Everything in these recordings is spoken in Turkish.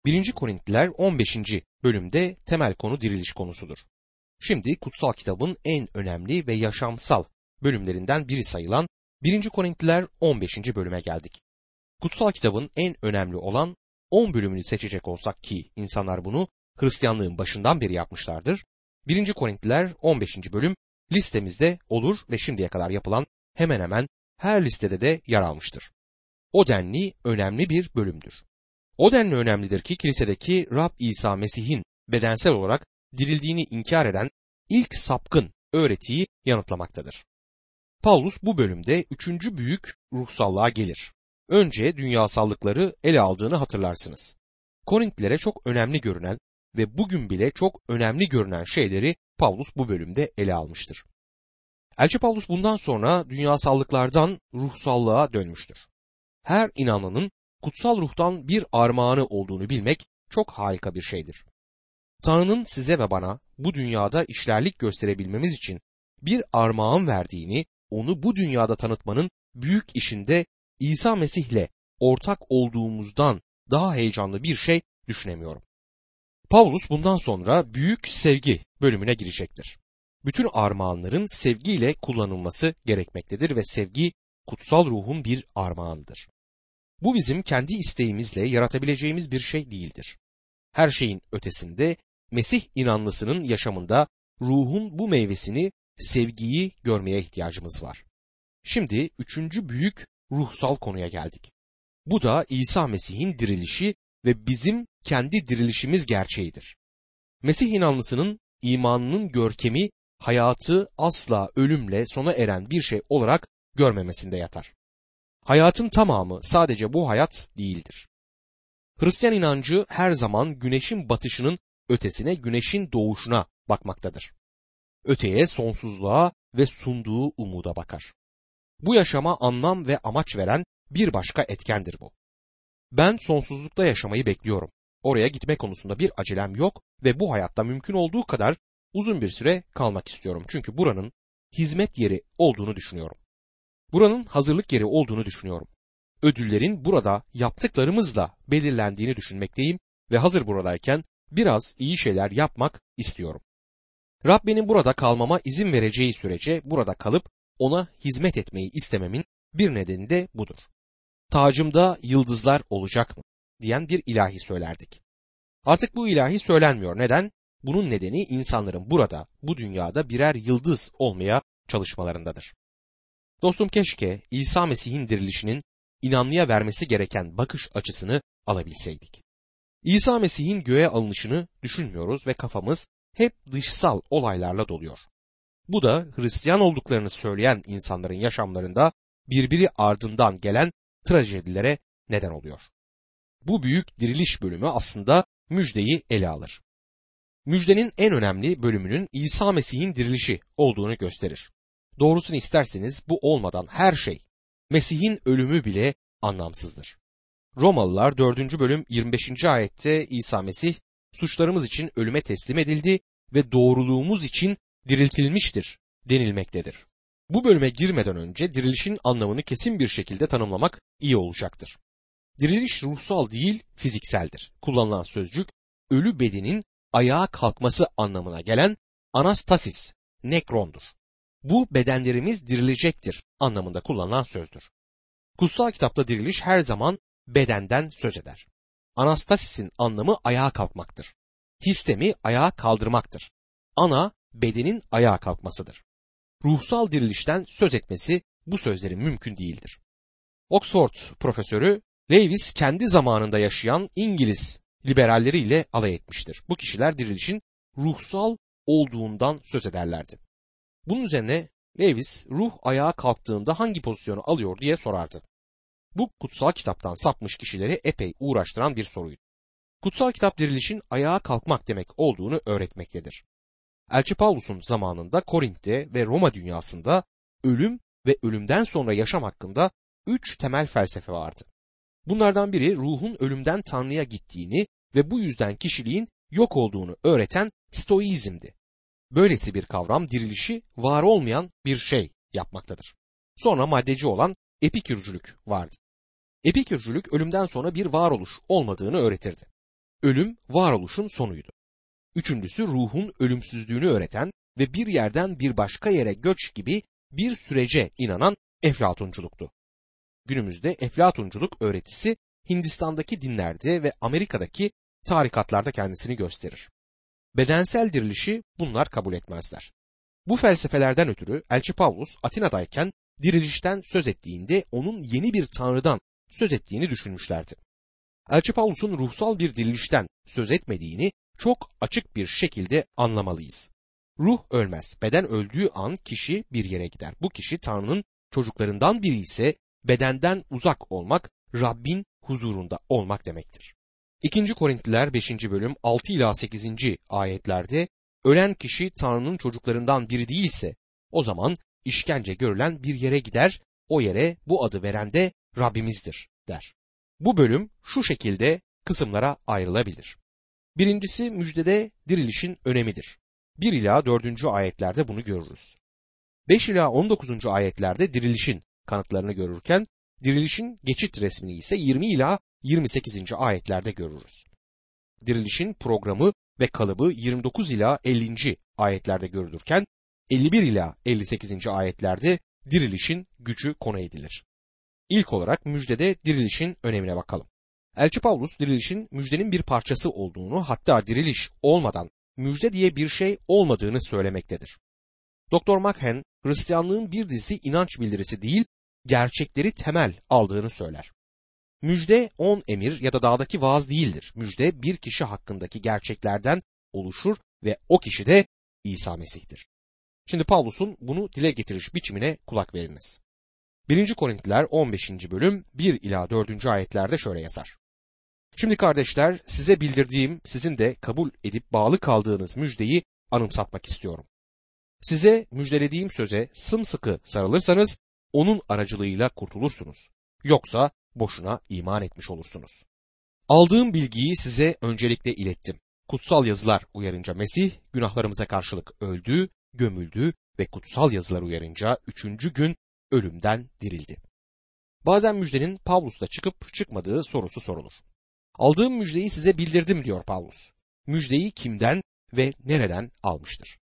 1. Korintiler 15. bölümde temel konu diriliş konusudur. Şimdi kutsal kitabın en önemli ve yaşamsal bölümlerinden biri sayılan 1. Korintiler 15. bölüme geldik. Kutsal kitabın en önemli olan 10 bölümünü seçecek olsak ki insanlar bunu Hristiyanlığın başından beri yapmışlardır. 1. Korintiler 15. bölüm listemizde olur ve şimdiye kadar yapılan hemen hemen her listede de yer almıştır. O denli önemli bir bölümdür. O denli önemlidir ki kilisedeki Rab İsa Mesih'in bedensel olarak dirildiğini inkar eden ilk sapkın öğretiyi yanıtlamaktadır. Paulus bu bölümde 3. büyük ruhsallığa gelir. Önce dünyasallıkları ele aldığını hatırlarsınız. Korintlilere çok önemli görünen ve bugün bile çok önemli görünen şeyleri Paulus bu bölümde ele almıştır. Elçi Paulus bundan sonra dünyasallıklardan ruhsallığa dönmüştür. Her inananın kutsal ruhtan bir armağanı olduğunu bilmek çok harika bir şeydir. Tanrı'nın size ve bana bu dünyada işlerlik gösterebilmemiz için bir armağan verdiğini, onu bu dünyada tanıtmanın büyük işinde İsa Mesih'le ortak olduğumuzdan daha heyecanlı bir şey düşünemiyorum. Paulus bundan sonra büyük sevgi bölümüne girecektir. Bütün armağanların sevgiyle kullanılması gerekmektedir ve sevgi kutsal ruhun bir armağanıdır. Bu bizim kendi isteğimizle yaratabileceğimiz bir şey değildir. Her şeyin ötesinde Mesih inanlısının yaşamında ruhun bu meyvesini, sevgiyi görmeye ihtiyacımız var. Şimdi 3. büyük ruhsal konuya geldik. Bu da İsa Mesih'in dirilişi ve bizim kendi dirilişimiz gerçeğidir. Mesih inanlısının imanının görkemi hayatı asla ölümle sona eren bir şey olarak görmemesinde yatar. Hayatın tamamı sadece bu hayat değildir. Hristiyan inancı her zaman güneşin batışının ötesine, güneşin doğuşuna bakmaktadır. Öteye, sonsuzluğa ve sunduğu umuda bakar. Bu yaşama anlam ve amaç veren bir başka etkendir bu. Ben sonsuzlukta yaşamayı bekliyorum. Oraya gitme konusunda bir acelem yok ve bu hayatta mümkün olduğu kadar uzun bir süre kalmak istiyorum. Çünkü buranın hizmet yeri olduğunu düşünüyorum. Buranın hazırlık yeri olduğunu düşünüyorum. Ödüllerin burada yaptıklarımızla belirlendiğini düşünmekteyim ve hazır buradayken biraz iyi şeyler yapmak istiyorum. Rab benim burada kalmama izin vereceği sürece burada kalıp ona hizmet etmeyi istememin bir nedeni de budur. Tacımda yıldızlar olacak mı diyen bir ilahi söylerdik. Artık bu ilahi söylenmiyor. Neden? Bunun nedeni insanların burada, bu dünyada birer yıldız olmaya çalışmalarındadır. Dostum keşke İsa Mesih'in dirilişinin inanlıya vermesi gereken bakış açısını alabilseydik. İsa Mesih'in göğe alınışını düşünmüyoruz ve kafamız hep dışsal olaylarla doluyor. Bu da Hristiyan olduklarını söyleyen insanların yaşamlarında birbiri ardından gelen trajedilere neden oluyor. Bu büyük diriliş bölümü aslında müjdeyi ele alır. Müjdenin en önemli bölümünün İsa Mesih'in dirilişi olduğunu gösterir. Doğrusunu isterseniz bu olmadan her şey, Mesih'in ölümü bile anlamsızdır. Romalılar 4. bölüm 25. ayette İsa Mesih suçlarımız için ölüme teslim edildi ve doğruluğumuz için diriltilmiştir denilmektedir. Bu bölüme girmeden önce dirilişin anlamını kesin bir şekilde tanımlamak iyi olacaktır. Diriliş ruhsal değil, fizikseldir. Kullanılan sözcük ölü bedenin ayağa kalkması anlamına gelen anastasis, nekrondur. Bu bedenlerimiz dirilecektir anlamında kullanılan sözdür. Kutsal kitapta diriliş her zaman bedenden söz eder. Anastasis'in anlamı ayağa kalkmaktır. Histemi ayağa kaldırmaktır. Ana bedenin ayağa kalkmasıdır. Ruhsal dirilişten söz etmesi bu sözlerin mümkün değildir. Oxford profesörü Lewis kendi zamanında yaşayan İngiliz liberalleriyle alay etmiştir. Bu kişiler dirilişin ruhsal olduğundan söz ederlerdi. Bunun üzerine Lewis ruh ayağa kalktığında hangi pozisyonu alıyor diye sorardı. Bu kutsal kitaptan sapmış kişileri epey uğraştıran bir soruydu. Kutsal kitap dirilişin ayağa kalkmak demek olduğunu öğretmektedir. Elçi Paulus'un zamanında Korint'te ve Roma dünyasında ölüm ve ölümden sonra yaşam hakkında 3 temel felsefe vardı. Bunlardan biri ruhun ölümden Tanrı'ya gittiğini ve bu yüzden kişiliğin yok olduğunu öğreten Stoizm'di. Böylesi bir kavram dirilişi var olmayan bir şey yapmaktadır. Sonra maddeci olan Epikürcülük vardı. Epikürcülük ölümden sonra bir varoluş olmadığını öğretirdi. ölüm varoluşun sonuydu. Üçüncüsü ruhun ölümsüzlüğünü öğreten ve bir yerden bir başka yere göç gibi bir sürece inanan Eflatunculuktu. Günümüzde Eflatunculuk öğretisi Hindistan'daki dinlerde ve Amerika'daki tarikatlarda kendisini gösterir. Bedensel dirilişi bunlar kabul etmezler. Bu felsefelerden ötürü Elçi Pavlus Atina'dayken dirilişten söz ettiğinde onun yeni bir tanrıdan söz ettiğini düşünmüşlerdi. Elçi Pavlus'un ruhsal bir dirilişten söz etmediğini çok açık bir şekilde anlamalıyız. Ruh ölmez. Beden öldüğü an kişi bir yere gider. Bu kişi Tanrı'nın çocuklarından biri ise bedenden uzak olmak, Rabbin huzurunda olmak demektir. 2. Korintliler 5. bölüm 6 ila 8. ayetlerde ölen kişi Tanrı'nın çocuklarından biri değilse o zaman işkence görülen bir yere gider, o yere bu adı veren de Rabbimizdir der. Bu bölüm şu şekilde kısımlara ayrılabilir. Birincisi müjdede dirilişin önemidir. 1 ila 4. ayetlerde bunu görürüz. 5 ila 19. ayetlerde dirilişin kanıtlarını görürken dirilişin geçit resmini ise 20 ila 28. ayetlerde görürüz. Dirilişin programı ve kalıbı 29 ila 50. ayetlerde görülürken 51 ila 58. ayetlerde dirilişin gücü konu edilir. İlk olarak müjdede dirilişin önemine bakalım. Elçi Pavlus dirilişin müjdenin bir parçası olduğunu, hatta diriliş olmadan müjde diye bir şey olmadığını söylemektedir. Dr. Machen, Hristiyanlığın bir dizi inanç bildirisi değil, gerçekleri temel aldığını söyler. Müjde 10 emir ya da dağdaki vaaz değildir. Müjde bir kişi hakkındaki gerçeklerden oluşur ve o kişi de İsa Mesih'tir. Şimdi Pavlus'un bunu dile getiriş biçimine kulak veriniz. 1. Korintliler 15. bölüm 1 ila 4. ayetlerde şöyle yazar. Şimdi kardeşler, size bildirdiğim, sizin de kabul edip bağlı kaldığınız müjdeyi anımsatmak istiyorum. Size müjdelediğim söze sımsıkı sarılırsanız onun aracılığıyla kurtulursunuz. Yoksa boşuna iman etmiş olursunuz. Aldığım bilgiyi size öncelikle ilettim. Kutsal yazılar uyarınca Mesih günahlarımıza karşılık öldü, gömüldü ve kutsal yazılar uyarınca 3. gün ölümden dirildi. Bazen müjdenin Pavlus'ta çıkıp çıkmadığı sorusu sorulur. Aldığım müjdeyi size bildirdim diyor Pavlus. Müjdeyi kimden ve nereden almıştır?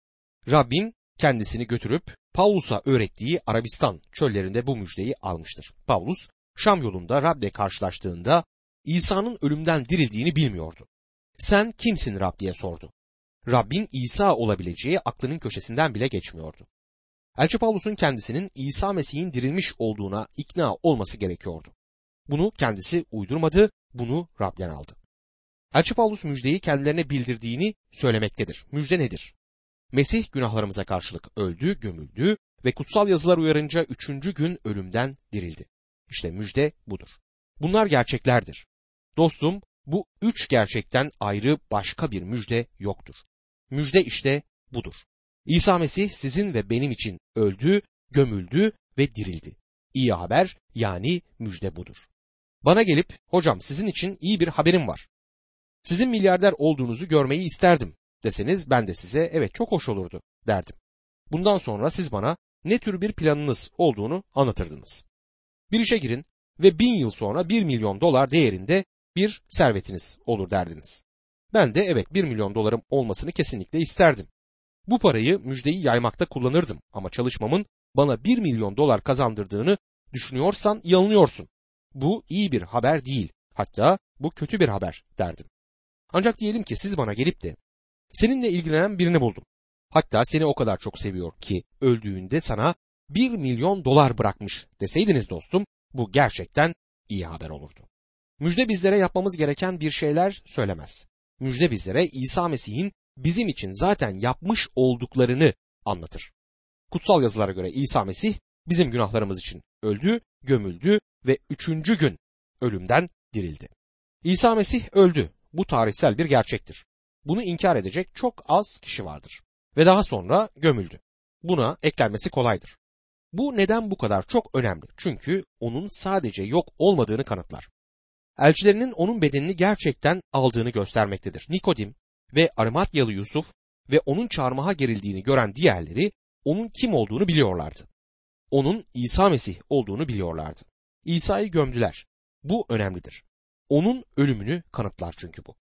Rabbin kendisini götürüp Pavlus'a öğrettiği Arabistan çöllerinde bu müjdeyi almıştır. Pavlus, Şam yolunda Rab'le karşılaştığında İsa'nın ölümden dirildiğini bilmiyordu. Sen kimsin Rab diye sordu. Rabbin İsa olabileceği aklının köşesinden bile geçmiyordu. Elçi Pavlus'un kendisinin İsa Mesih'in dirilmiş olduğuna ikna olması gerekiyordu. Bunu kendisi uydurmadı, bunu Rab'den aldı. Elçi Pavlus müjdeyi kendilerine bildirdiğini söylemektedir. Müjde nedir? Mesih günahlarımıza karşılık öldü, gömüldü ve kutsal yazılar uyarınca 3. gün ölümden dirildi. İşte müjde budur. Bunlar gerçeklerdir. Dostum, bu 3 gerçekten ayrı başka bir müjde yoktur. Müjde işte budur. İsa Mesih sizin ve benim için öldü, gömüldü ve dirildi. İyi haber, yani müjde budur. Bana gelip, hocam sizin için iyi bir haberim var. Sizin milyarder olduğunuzu görmeyi isterdim deseniz ben de size evet çok hoş olurdu derdim. Bundan sonra siz bana ne tür bir planınız olduğunu anlatırdınız. Bir işe girin ve 1000 yıl sonra 1 milyon dolar değerinde bir servetiniz olur derdiniz. Ben de evet 1 milyon dolarım olmasını kesinlikle isterdim. Bu parayı müjdeyi yaymakta kullanırdım ama çalışmamın bana 1 milyon dolar kazandırdığını düşünüyorsan yanılıyorsun. Bu iyi bir haber değil, hatta bu kötü bir haber derdim. Ancak diyelim ki siz bana gelip de seninle ilgilenen birini buldum. Hatta seni o kadar çok seviyor ki öldüğünde sana 1 milyon dolar bırakmış deseydiniz dostum, bu gerçekten iyi haber olurdu. Müjde bizlere yapmamız gereken bir şeyler söylemez. Müjde bizlere İsa Mesih'in bizim için zaten yapmış olduklarını anlatır. Kutsal yazılara göre İsa Mesih bizim günahlarımız için öldü, gömüldü ve 3. gün ölümden dirildi. İsa Mesih öldü. Bu tarihsel bir gerçektir. Bunu inkar edecek çok az kişi vardır. Ve daha sonra gömüldü. Buna eklenmesi kolaydır. Bu neden bu kadar çok önemli? Çünkü onun sadece yok olmadığını kanıtlar. Elçilerinin onun bedenini gerçekten aldığını göstermektedir. Nikodim ve Arimatyalı Yusuf ve onun çarmıha gerildiğini gören diğerleri onun kim olduğunu biliyorlardı. Onun İsa Mesih olduğunu biliyorlardı. İsa'yı gömdüler. Bu önemlidir. Onun ölümünü kanıtlar çünkü bu.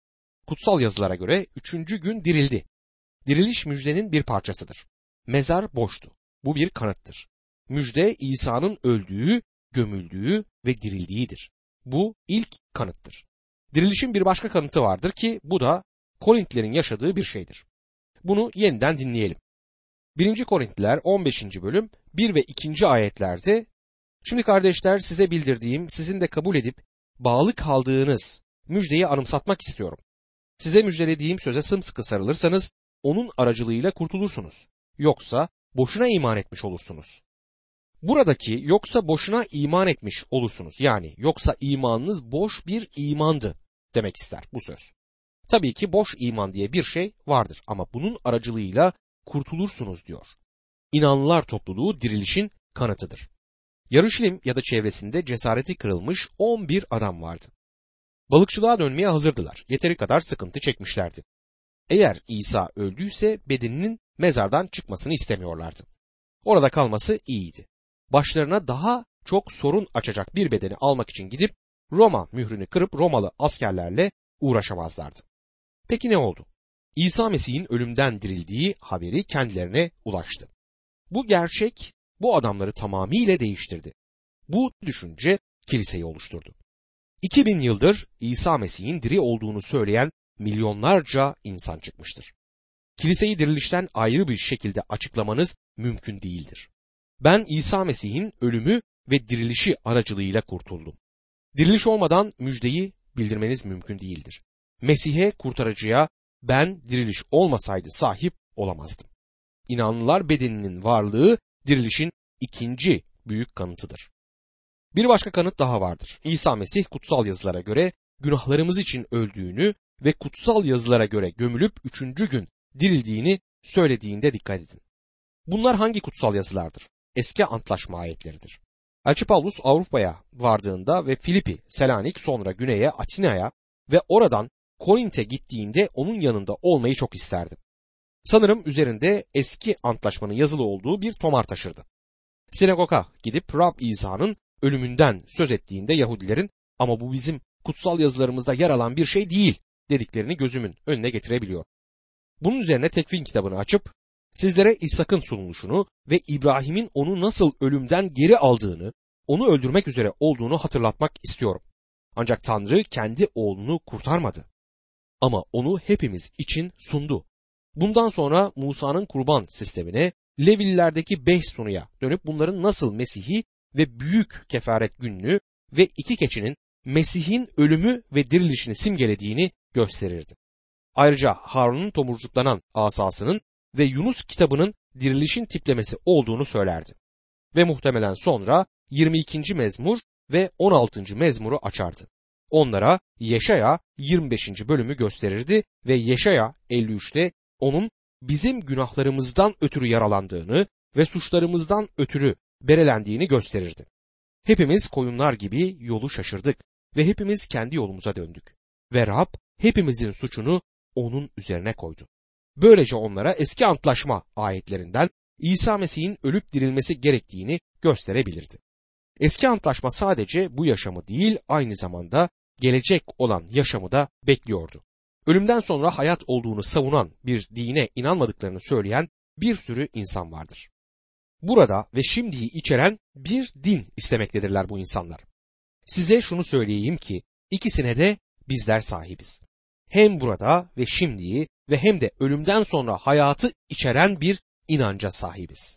kutsal yazılara göre 3. gün dirildi. Diriliş müjdenin bir parçasıdır. Mezar boştu. Bu bir kanıttır. Müjde İsa'nın öldüğü, gömüldüğü ve dirildiğidir. Bu ilk kanıttır. Dirilişin bir başka kanıtı vardır ki bu da Korintlilerin yaşadığı bir şeydir. Bunu yeniden dinleyelim. 1. Korintliler 15. bölüm 1 ve 2. ayetlerde "Şimdi kardeşler size bildirdiğim, sizin de kabul edip bağlı kaldığınız müjdeyi anımsatmak istiyorum. Size müjdelediğim söze sımsıkı sarılırsanız onun aracılığıyla kurtulursunuz. Yoksa boşuna iman etmiş olursunuz." Buradaki "yoksa boşuna iman etmiş olursunuz" yani yoksa imanınız boş bir imandı demek ister bu söz. Tabii ki boş iman diye bir şey vardır ama bunun aracılığıyla kurtulursunuz diyor. İnanlılar topluluğu dirilişin kanıtıdır. Yarışilim ya da çevresinde cesareti kırılmış 11 adam vardı. Balıkçılığa dönmeye hazırdılar. Yeteri kadar sıkıntı çekmişlerdi. Eğer İsa öldüyse bedeninin mezardan çıkmasını istemiyorlardı. Orada kalması iyiydi. Başlarına daha çok sorun açacak bir bedeni almak için gidip Roma mührünü kırıp Romalı askerlerle uğraşamazlardı. Peki ne oldu? İsa Mesih'in ölümden dirildiği haberi kendilerine ulaştı. Bu gerçek bu adamları tamamıyla değiştirdi. Bu düşünce kiliseyi oluşturdu. 2000 yıldır İsa Mesih'in diri olduğunu söyleyen milyonlarca insan çıkmıştır. Kiliseyi dirilişten ayrı bir şekilde açıklamanız mümkün değildir. Ben İsa Mesih'in ölümü ve dirilişi aracılığıyla kurtuldum. Diriliş olmadan müjdeyi bildirmeniz mümkün değildir. Mesih'e, kurtarıcıya ben diriliş olmasaydı sahip olamazdım. İnanlılar bedeninin varlığı dirilişin ikinci büyük kanıtıdır. Bir başka kanıt daha vardır. İsa Mesih kutsal yazılara göre günahlarımız için öldüğünü ve kutsal yazılara göre gömülüp 3. gün dirildiğini söylediğinde dikkat edin. Bunlar hangi kutsal yazılardır? Eski antlaşma ayetleridir. Elçi Pavlus Avrupa'ya vardığında ve Filipi, Selanik, sonra güneye Atina'ya ve oradan Korint'e gittiğinde onun yanında olmayı çok isterdi. Sanırım üzerinde eski antlaşmanın yazılı olduğu bir tomar taşırdı. Sinagoga gidip Rab İsa'nın ölümünden söz ettiğinde Yahudilerin "ama bu bizim kutsal yazılarımızda yer alan bir şey değil" dediklerini gözümün önüne getirebiliyor. Bunun üzerine Tekvin kitabını açıp sizlere İshak'ın sunuluşunu ve İbrahim'in onu nasıl ölümden geri aldığını, onu öldürmek üzere olduğunu hatırlatmak istiyorum. Ancak Tanrı kendi oğlunu kurtarmadı. Ama onu hepimiz için sundu. Bundan sonra Musa'nın kurban sistemine, Levililerdeki beş sunuya dönüp bunların nasıl Mesih'i ve büyük kefaret gününü ve 2 keçinin Mesih'in ölümü ve dirilişini simgelediğini gösterirdi. Ayrıca Harun'un tomurcuklanan asasının ve Yunus kitabının dirilişin tiplemesi olduğunu söylerdi. Ve muhtemelen sonra 22. mezmur ve 16. mezmuru açardı. Onlara Yeşaya 25. bölümü gösterirdi ve Yeşaya 53'te onun bizim günahlarımızdan ötürü yaralandığını ve suçlarımızdan ötürü berelendiğini gösterirdi. Hepimiz koyunlar gibi yolu şaşırdık ve hepimiz kendi yolumuza döndük. Ve Rab hepimizin suçunu onun üzerine koydu. Böylece onlara eski antlaşma ayetlerinden İsa Mesih'in ölüp dirilmesi gerektiğini gösterebilirdi. Eski antlaşma sadece bu yaşamı değil, aynı zamanda gelecek olan yaşamı da bekliyordu. Ölümden sonra hayat olduğunu savunan bir dine inanmadıklarını söyleyen bir sürü insan vardır. Burada ve şimdiyi içeren bir din istemektedirler bu insanlar. Size şunu söyleyeyim ki ikisine de bizler sahibiz. Hem burada ve şimdiyi ve hem de ölümden sonra hayatı içeren bir inanca sahibiz.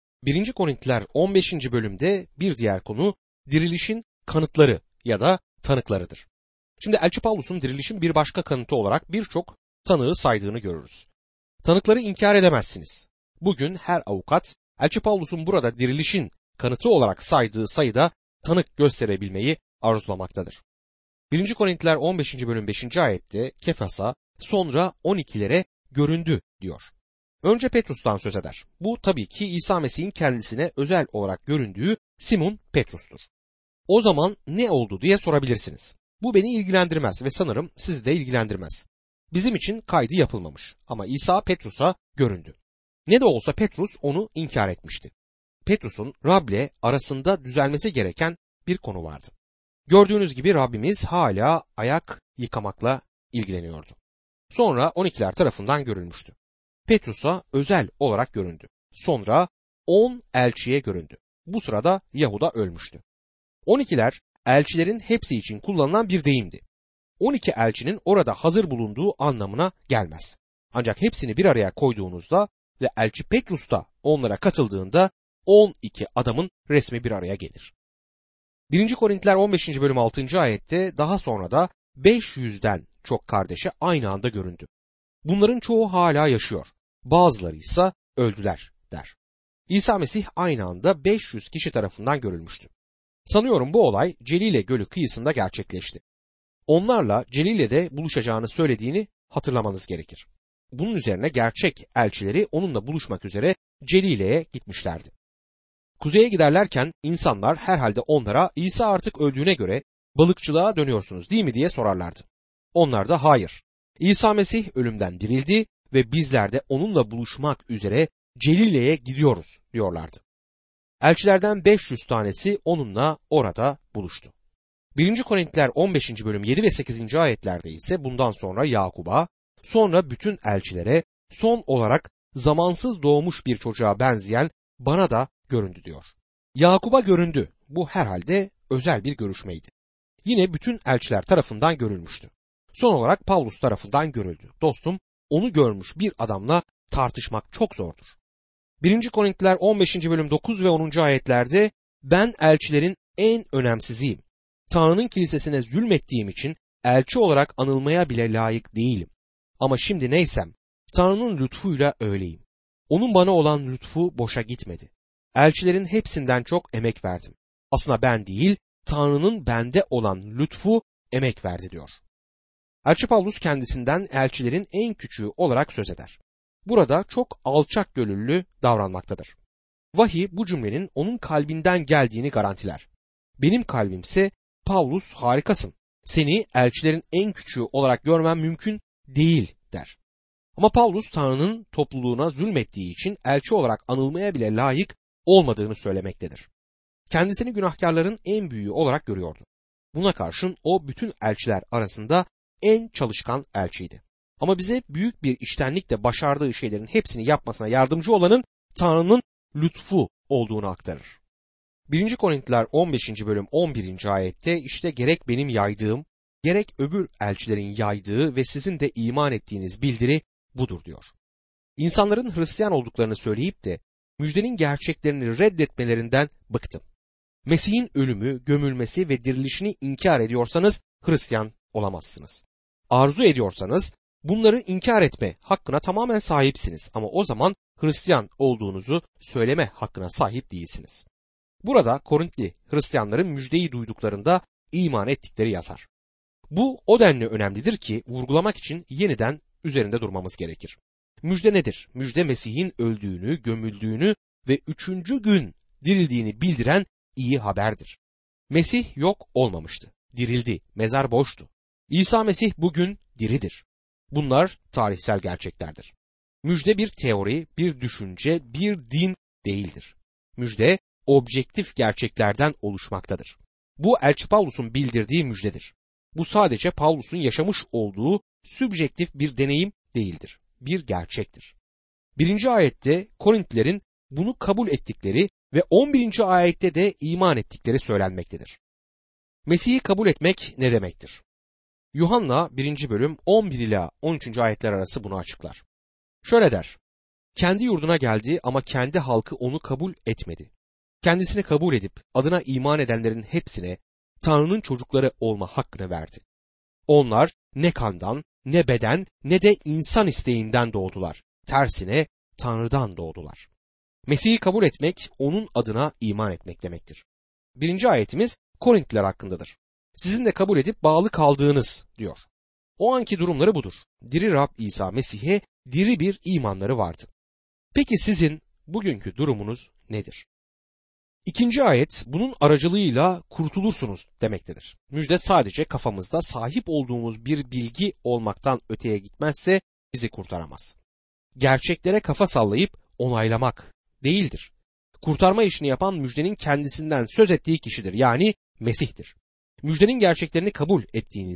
1. Korintliler 15. bölümde bir diğer konu dirilişin kanıtları ya da tanıklarıdır. Şimdi Elçi Pavlus'un dirilişin bir başka kanıtı olarak birçok tanığı saydığını görürüz. Tanıkları inkar edemezsiniz. Bugün her avukat Elçi Pavlus'un burada dirilişin kanıtı olarak saydığı sayıda tanık gösterebilmeyi arzulamaktadır. 1. Korintliler 15. bölüm 5. ayette Kefas'a sonra 12'lere göründü diyor. Önce Petrus'tan söz eder. Bu tabii ki İsa Mesih'in kendisine özel olarak göründüğü Simon Petrus'tur. O zaman ne oldu diye sorabilirsiniz. Bu beni ilgilendirmez ve sanırım sizi de ilgilendirmez. Bizim için kaydı yapılmamış ama İsa Petrus'a göründü. Ne de olsa Petrus onu inkar etmişti. Petrus'un Rab'le arasında düzelmesi gereken bir konu vardı. Gördüğünüz gibi Rabbimiz hala ayak yıkamakla ilgileniyordu. Sonra 12'ler tarafından görülmüştü. Petrus'a özel olarak göründü. Sonra 10 elçiye göründü. Bu sırada Yahuda ölmüştü. 12'ler elçilerin hepsi için kullanılan bir deyimdi. 12 elçinin orada hazır bulunduğu anlamına gelmez. Ancak hepsini bir araya koyduğunuzda ve elçi Petrus da onlara katıldığında 12 adamın resmi bir araya gelir. 1. Korintiler 15. bölüm 6. ayette daha sonra da 500'den çok kardeşe aynı anda göründü. Bunların çoğu hala yaşıyor. Bazıları ise öldüler der. İsa Mesih aynı anda 500 kişi tarafından görülmüştü. Sanıyorum bu olay Celile Gölü kıyısında gerçekleşti. Onlarla Celile'de buluşacağını söylediğini hatırlamanız gerekir. Bunun üzerine gerçek elçileri onunla buluşmak üzere Celile'ye gitmişlerdi. Kuzeye giderlerken insanlar herhalde onlara İsa artık öldüğüne göre balıkçılığa dönüyorsunuz değil mi diye sorarlardı. Onlar da hayır. İsa Mesih ölümden dirildi ve bizler de onunla buluşmak üzere Celile'ye gidiyoruz diyorlardı. Elçilerden 500 tanesi onunla orada buluştu. 1. Korintiler 15. bölüm 7 ve 8. ayetlerde ise bundan sonra Yakub'a, sonra bütün elçilere, son olarak zamansız doğmuş bir çocuğa benzeyen bana da göründü diyor. Yakub'a göründü. Bu herhalde özel bir görüşmeydi. Yine bütün elçiler tarafından görülmüştü. Son olarak Pavlus tarafından görüldü. Dostum, onu görmüş bir adamla tartışmak çok zordur. 1. Korintiler 15. bölüm 9 ve 10. ayetlerde ben elçilerin en önemsiziyim. Tanrı'nın kilisesine zulmettiğim için elçi olarak anılmaya bile layık değilim. Ama şimdi neysem Tanrı'nın lütfuyla öyleyim. Onun bana olan lütfu boşa gitmedi. Elçilerin hepsinden çok emek verdim. Aslında ben değil, Tanrı'nın bende olan lütfu emek verdi diyor. Elçi Pavlus kendisinden elçilerin en küçüğü olarak söz eder. Burada çok alçak gönüllü davranmaktadır. Vahiy bu cümlenin onun kalbinden geldiğini garantiler. Benim kalbimse Pavlus harikasın. Seni elçilerin en küçüğü olarak görmem mümkün değil der. Ama Pavlus Tanrı'nın topluluğuna zulmettiği için elçi olarak anılmaya bile layık olmadığını söylemektedir. Kendisini günahkarların en büyüğü olarak görüyordu. Buna karşın o bütün elçiler arasında en çalışkan elçiydi. Ama bize büyük bir içtenlikle başardığı şeylerin hepsini yapmasına yardımcı olanın Tanrı'nın lütfu olduğunu aktarır. 1. Korintiler 15. bölüm 11. ayette işte gerek benim yaydığım, gerek öbür elçilerin yaydığı ve sizin de iman ettiğiniz bildiri budur diyor. İnsanların Hristiyan olduklarını söyleyip de müjdenin gerçeklerini reddetmelerinden bıktım. Mesih'in ölümü, gömülmesi ve dirilişini inkar ediyorsanız Hristiyan olamazsınız. Arzu ediyorsanız bunları inkar etme hakkına tamamen sahipsiniz ama o zaman Hristiyan olduğunuzu söyleme hakkına sahip değilsiniz. Burada Korintli Hristiyanların müjdeyi duyduklarında iman ettikleri yazar. Bu o denli önemlidir ki vurgulamak için yeniden üzerinde durmamız gerekir. Müjde nedir? Müjde Mesih'in öldüğünü, gömüldüğünü ve 3. gün dirildiğini bildiren iyi haberdir. Mesih yok olmamıştı. Dirildi. Mezar boştu. İsa Mesih bugün diridir. Bunlar tarihsel gerçeklerdir. Müjde bir teori, bir düşünce, bir din değildir. Müjde objektif gerçeklerden oluşmaktadır. Bu Elçi Pavlus'un bildirdiği müjdedir. Bu sadece Pavlus'un yaşamış olduğu sübjektif bir deneyim değildir. Bir gerçektir. 1. ayette Korintlilerin bunu kabul ettikleri ve 11. ayette de iman ettikleri söylenmektedir. Mesih'i kabul etmek ne demektir? Yuhanna 1. bölüm 11 ila 13. ayetler arası bunu açıklar. Şöyle der: kendi yurduna geldi ama kendi halkı onu kabul etmedi. Kendisini kabul edip adına iman edenlerin hepsine Tanrı'nın çocukları olma hakkını verdi. Onlar ne kandan, ne beden, ne de insan isteğinden doğdular. Tersine Tanrı'dan doğdular. Mesih'i kabul etmek, onun adına iman etmek demektir. 1. ayetimiz Korintliler hakkındadır. Sizin de kabul edip bağlı kaldığınız diyor. O anki durumları budur. Diri Rab İsa Mesih'e diri bir imanları vardı. Peki sizin bugünkü durumunuz nedir? 2. ayet bunun aracılığıyla kurtulursunuz demektedir. Müjde sadece kafamızda sahip olduğumuz bir bilgi olmaktan öteye gitmezse bizi kurtaramaz. Gerçeklere kafa sallayıp onaylamak değildir. Kurtarma işini yapan müjdenin kendisinden söz ettiği kişidir, yani Mesih'tir. Müjdenin gerçeklerini kabul ettiğinizde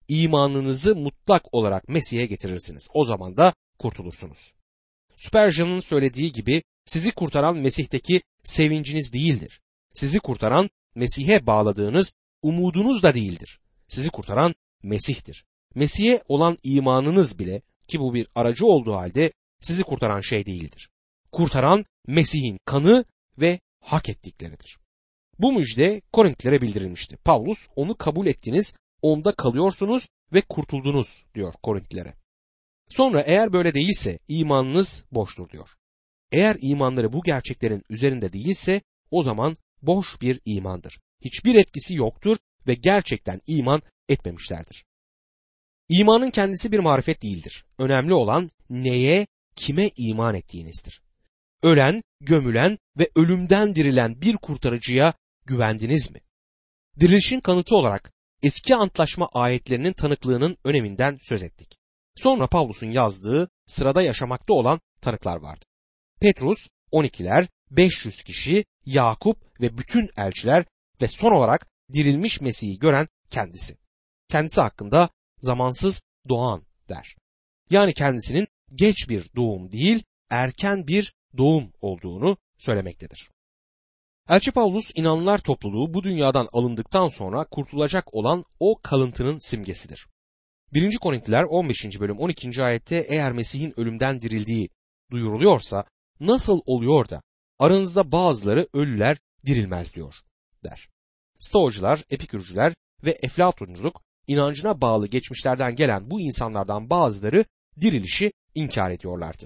imanınızı mutlak olarak Mesih'e getirirsiniz. O zaman da kurtulursunuz. Spurgeon'ın söylediği gibi sizi kurtaran Mesih'teki sevinciniz değildir. Sizi kurtaran Mesih'e bağladığınız umudunuz da değildir. Sizi kurtaran Mesih'tir. Mesih'e olan imanınız bile, ki bu bir aracı olduğu halde, sizi kurtaran şey değildir. Kurtaran Mesih'in kanı ve hak ettikleridir. Bu müjde Korintlilere bildirilmişti. Pavlus, onu kabul ettiniz, onda kalıyorsunuz ve kurtuldunuz diyor Korintlilere. Sonra eğer böyle değilse imanınız boştur diyor. Eğer imanları bu gerçeklerin üzerinde değilse o zaman boş bir imandır. Hiçbir etkisi yoktur ve gerçekten iman etmemişlerdir. İmanın kendisi bir marifet değildir. Önemli olan neye, kime iman ettiğinizdir. Ölen, gömülen ve ölümden dirilen bir kurtarıcıya güvendiniz mi? Dirilişin kanıtı olarak eski antlaşma ayetlerinin tanıklığının öneminden söz ettik. Sonra Pavlus'un yazdığı sırada yaşamakta olan tanıklar vardı. Petrus, 12'ler, 500 kişi, Yakup ve bütün elçiler ve son olarak dirilmiş Mesih'i gören kendisi. Kendisi hakkında zamansız doğan der. Yani kendisinin geç bir doğum değil, erken bir doğum olduğunu söylemektedir. Elçi Pavlus, inanlılar topluluğu bu dünyadan alındıktan sonra kurtulacak olan o kalıntının simgesidir. 1. Korintiler 15. bölüm 12. ayette eğer Mesih'in ölümden dirildiği duyuruluyorsa nasıl oluyor da aranızda bazıları ölüler dirilmez diyor der. Stoacılar, Epikürcüler ve Eflatunculuk inancına bağlı geçmişlerden gelen bu insanlardan bazıları dirilişi inkar ediyorlardı.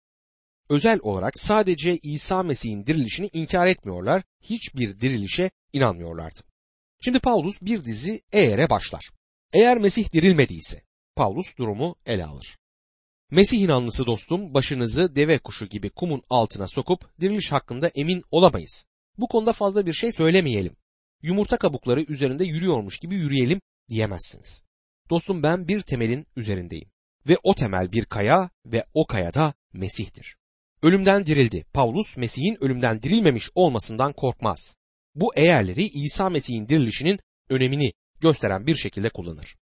Özel olarak sadece İsa Mesih'in dirilişini inkar etmiyorlar, hiçbir dirilişe inanmıyorlardı. Şimdi Pavlus bir dizi eğere başlar. Eğer Mesih dirilmediyse Pavlus durumu ele alır. Mesih inanlısı dostum, başınızı deve kuşu gibi kumun altına sokup diriliş hakkında emin olamayız. Bu konuda fazla bir şey söylemeyelim. Yumurta kabukları üzerinde yürüyormuş gibi yürüyelim diyemezsiniz. Dostum, ben bir temelin üzerindeyim. Ve o temel bir kaya ve o kaya da Mesih'tir. Ölümden dirildi. Pavlus Mesih'in ölümden dirilmemiş olmasından korkmaz. Bu eğerleri İsa Mesih'in dirilişinin önemini gösteren bir şekilde kullanır.